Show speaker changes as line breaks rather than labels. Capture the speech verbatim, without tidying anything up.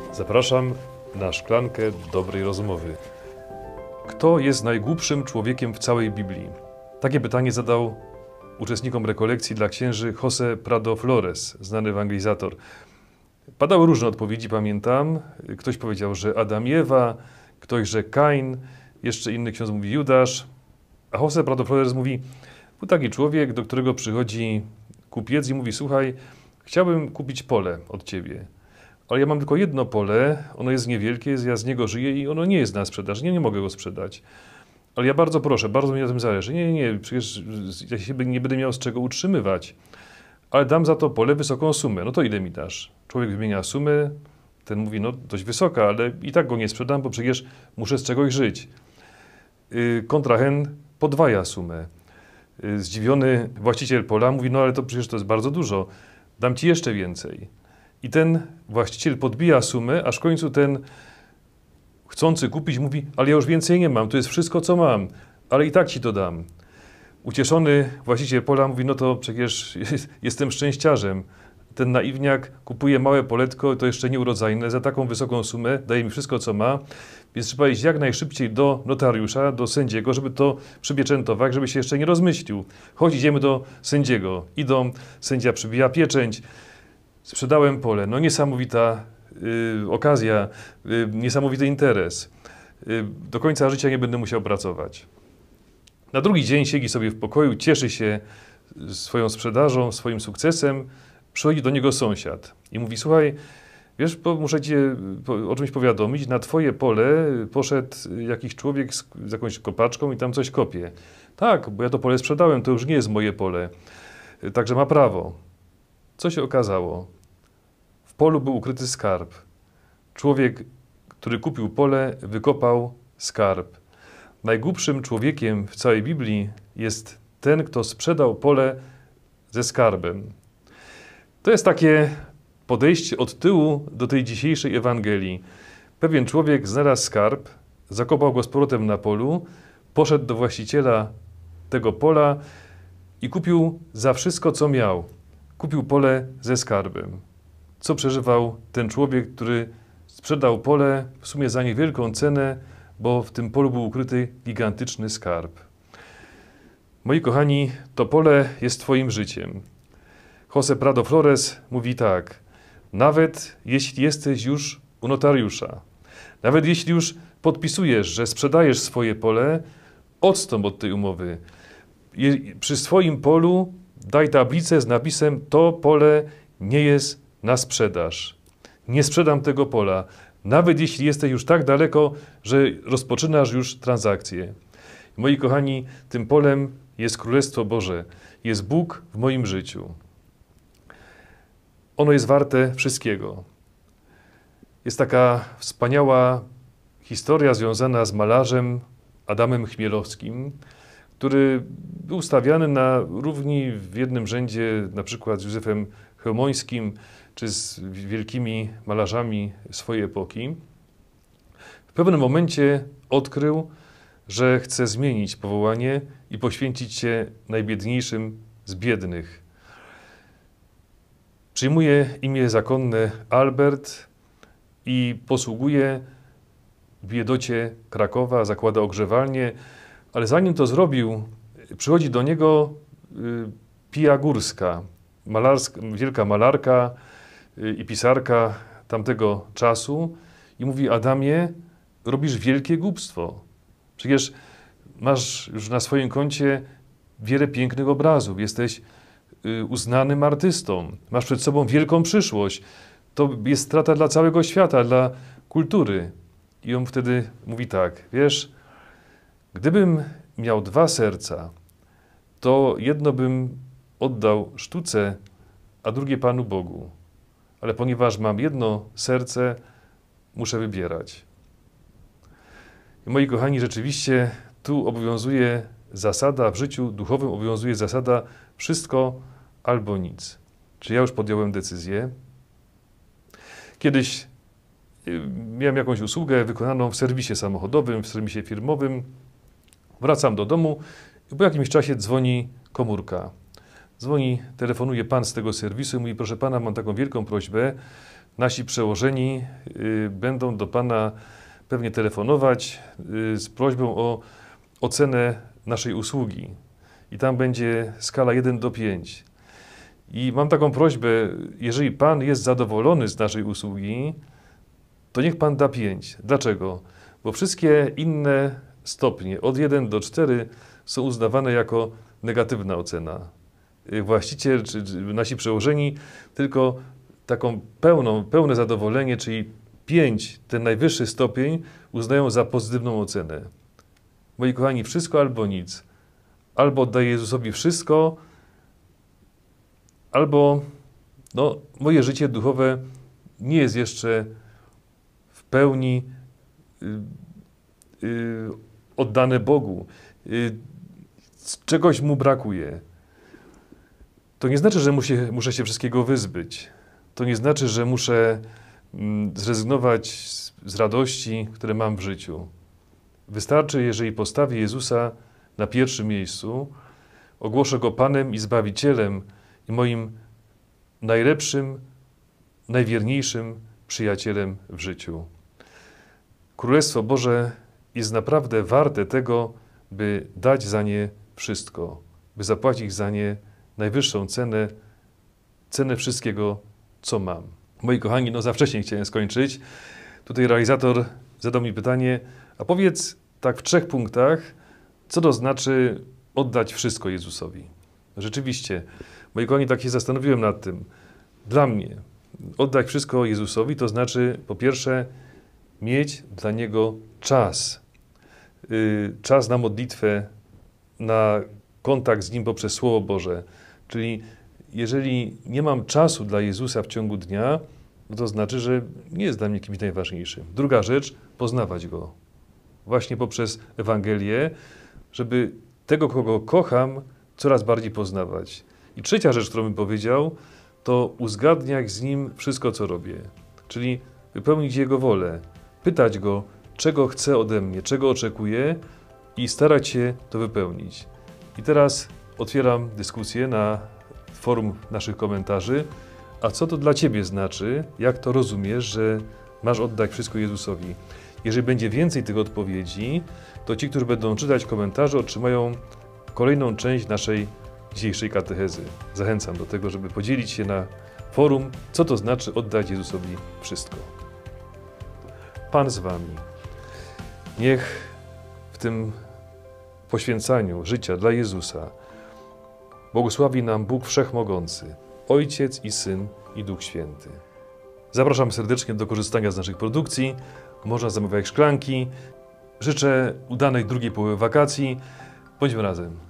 Zapraszam na szklankę dobrej rozmowy. Kto jest najgłupszym człowiekiem w całej Biblii? Takie pytanie zadał uczestnikom rekolekcji dla księży José Prado Flores, znany ewangelizator. Padały różne odpowiedzi, pamiętam. Ktoś powiedział, że Adam i Ewa, ktoś, że Kain, jeszcze inny ksiądz mówi Judasz. A José Prado Flores mówi, był taki człowiek, do którego przychodzi kupiec i mówi, słuchaj, chciałbym kupić pole od ciebie, ale ja mam tylko jedno pole, ono jest niewielkie, ja z niego żyję i ono nie jest na sprzedaż, nie, nie mogę go sprzedać. Ale ja bardzo proszę, bardzo mi na tym zależy. Nie, nie, nie, przecież ja się nie będę miał z czego utrzymywać, ale dam za to pole wysoką sumę. No to ile mi dasz? Człowiek wymienia sumę, ten mówi, no dość wysoka, ale i tak go nie sprzedam, bo przecież muszę z czegoś żyć. Yy, kontrahent podwaja sumę. Yy, zdziwiony właściciel pola mówi, no ale to przecież to jest bardzo dużo, dam ci jeszcze więcej. I ten właściciel podbija sumę, aż w końcu ten chcący kupić mówi, ale ja już więcej nie mam, to jest wszystko, co mam, ale i tak ci to dam. Ucieszony właściciel pola mówi, no to przecież jestem szczęściarzem. Ten naiwniak kupuje małe poletko, to jeszcze nieurodzajne, za taką wysoką sumę, daje mi wszystko, co ma, więc trzeba iść jak najszybciej do notariusza, do sędziego, żeby to przypieczętować, żeby się jeszcze nie rozmyślił. Chodź, idziemy do sędziego. Idą, sędzia przybija pieczęć. Sprzedałem pole. No niesamowita y, okazja, y, niesamowity interes. Y, do końca życia nie będę musiał pracować. Na drugi dzień siedzi sobie w pokoju, cieszy się swoją sprzedażą, swoim sukcesem. Przychodzi do niego sąsiad i mówi, słuchaj, wiesz, bo muszę cię o czymś powiadomić, na twoje pole poszedł jakiś człowiek z, z jakąś kopaczką i tam coś kopie. Tak, bo ja to pole sprzedałem, to już nie jest moje pole, także ma prawo. Co się okazało? W polu był ukryty skarb. Człowiek, który kupił pole, wykopał skarb. Najgłupszym człowiekiem w całej Biblii jest ten, kto sprzedał pole ze skarbem. To jest takie podejście od tyłu do tej dzisiejszej Ewangelii. Pewien człowiek znalazł skarb, zakopał go z powrotem na polu, poszedł do właściciela tego pola i kupił za wszystko, co miał. Kupił pole ze skarbem. Co przeżywał ten człowiek, który sprzedał pole w sumie za niewielką cenę, bo w tym polu był ukryty gigantyczny skarb. Moi kochani, to pole jest twoim życiem. José Prado Flores mówi tak, nawet jeśli jesteś już u notariusza, nawet jeśli już podpisujesz, że sprzedajesz swoje pole, odstąp od tej umowy. Je, przy swoim polu daj tablicę z napisem, to pole nie jest na sprzedaż. Nie sprzedam tego pola, nawet jeśli jesteś już tak daleko, że rozpoczynasz już transakcję. Moi kochani, tym polem jest Królestwo Boże, jest Bóg w moim życiu. Ono jest warte wszystkiego. Jest taka wspaniała historia związana z malarzem Adamem Chmielowskim, który był stawiany na równi w jednym rzędzie na przykład z Józefem Chełmońskim czy z wielkimi malarzami swojej epoki. W pewnym momencie odkrył, że chce zmienić powołanie i poświęcić się najbiedniejszym z biednych. Przyjmuje imię zakonne Albert i posługuje w biedocie Krakowa, zakłada ogrzewalnię, ale zanim to zrobił, przychodzi do niego y, Pia Górska, malarska, wielka malarka y, i pisarka tamtego czasu i mówi, Adamie, robisz wielkie głupstwo. Przecież masz już na swoim koncie wiele pięknych obrazów, jesteś y, uznanym artystą, masz przed sobą wielką przyszłość. To jest strata dla całego świata, dla kultury. I on wtedy mówi tak, wiesz, gdybym miał dwa serca, to jedno bym oddał sztuce, a drugie Panu Bogu. Ale ponieważ mam jedno serce, muszę wybierać. I moi kochani, rzeczywiście tu obowiązuje zasada, w życiu duchowym obowiązuje zasada wszystko albo nic. Czy ja już podjąłem decyzję? Kiedyś miałem jakąś usługę wykonaną w serwisie samochodowym, w serwisie firmowym. Wracam do domu i po jakimś czasie dzwoni komórka. Dzwoni, telefonuje pan z tego serwisu i mówi, proszę pana, mam taką wielką prośbę. nasi przełożeni y, będą do Pana pewnie telefonować y, z prośbą o ocenę naszej usługi. I tam będzie skala jeden do pięciu. I mam taką prośbę, jeżeli Pan jest zadowolony z naszej usługi, to niech Pan da pięć. Dlaczego? Bo wszystkie inne stopnie od jeden do czterech są uznawane jako negatywna ocena. Właściciel czy, czy nasi przełożeni tylko taką pełną, pełne zadowolenie, czyli pięć, ten najwyższy stopień, uznają za pozytywną ocenę. Moi kochani, wszystko albo nic. Albo oddaję Jezusowi wszystko, albo no, moje życie duchowe nie jest jeszcze w pełni yy, yy, oddane Bogu. Yy, czegoś Mu brakuje. To nie znaczy, że muszę, muszę się wszystkiego wyzbyć. To nie znaczy, że muszę mm, zrezygnować z, z radości, które mam w życiu. Wystarczy, jeżeli postawię Jezusa na pierwszym miejscu, ogłoszę Go Panem i Zbawicielem i moim najlepszym, najwierniejszym przyjacielem w życiu. Królestwo Boże jest naprawdę warte tego, by dać za nie wszystko, by zapłacić za nie najwyższą cenę, cenę wszystkiego, co mam. Moi kochani, no za wcześnie chciałem skończyć. Tutaj realizator zadał mi pytanie, a powiedz tak w trzech punktach, co to znaczy oddać wszystko Jezusowi. Rzeczywiście, moi kochani, tak się zastanowiłem nad tym. Dla mnie oddać wszystko Jezusowi to znaczy po pierwsze mieć dla Niego czas. Yy, czas na modlitwę, na kontakt z Nim poprzez Słowo Boże. Czyli jeżeli nie mam czasu dla Jezusa w ciągu dnia, to znaczy, że nie jest dla mnie kimś najważniejszym. Druga rzecz, poznawać Go. Właśnie poprzez Ewangelię, żeby tego, kogo kocham, coraz bardziej poznawać. I trzecia rzecz, którą bym powiedział, to uzgadniać z Nim wszystko, co robię. Czyli wypełnić Jego wolę, pytać Go, czego chce ode mnie, czego oczekuje i starać się to wypełnić. I teraz otwieram dyskusję na forum naszych komentarzy. A co to dla Ciebie znaczy? Jak to rozumiesz, że masz oddać wszystko Jezusowi? Jeżeli będzie więcej tych odpowiedzi, to ci, którzy będą czytać komentarze, otrzymają kolejną część naszej dzisiejszej katechezy. Zachęcam do tego, żeby podzielić się na forum, co to znaczy oddać Jezusowi wszystko. Pan z Wami. Niech w tym poświęcaniu życia dla Jezusa błogosławi nam Bóg Wszechmogący, Ojciec i Syn i Duch Święty. Zapraszam serdecznie do korzystania z naszych produkcji. Można zamawiać szklanki. Życzę udanej drugiej połowy wakacji. Bądźmy razem.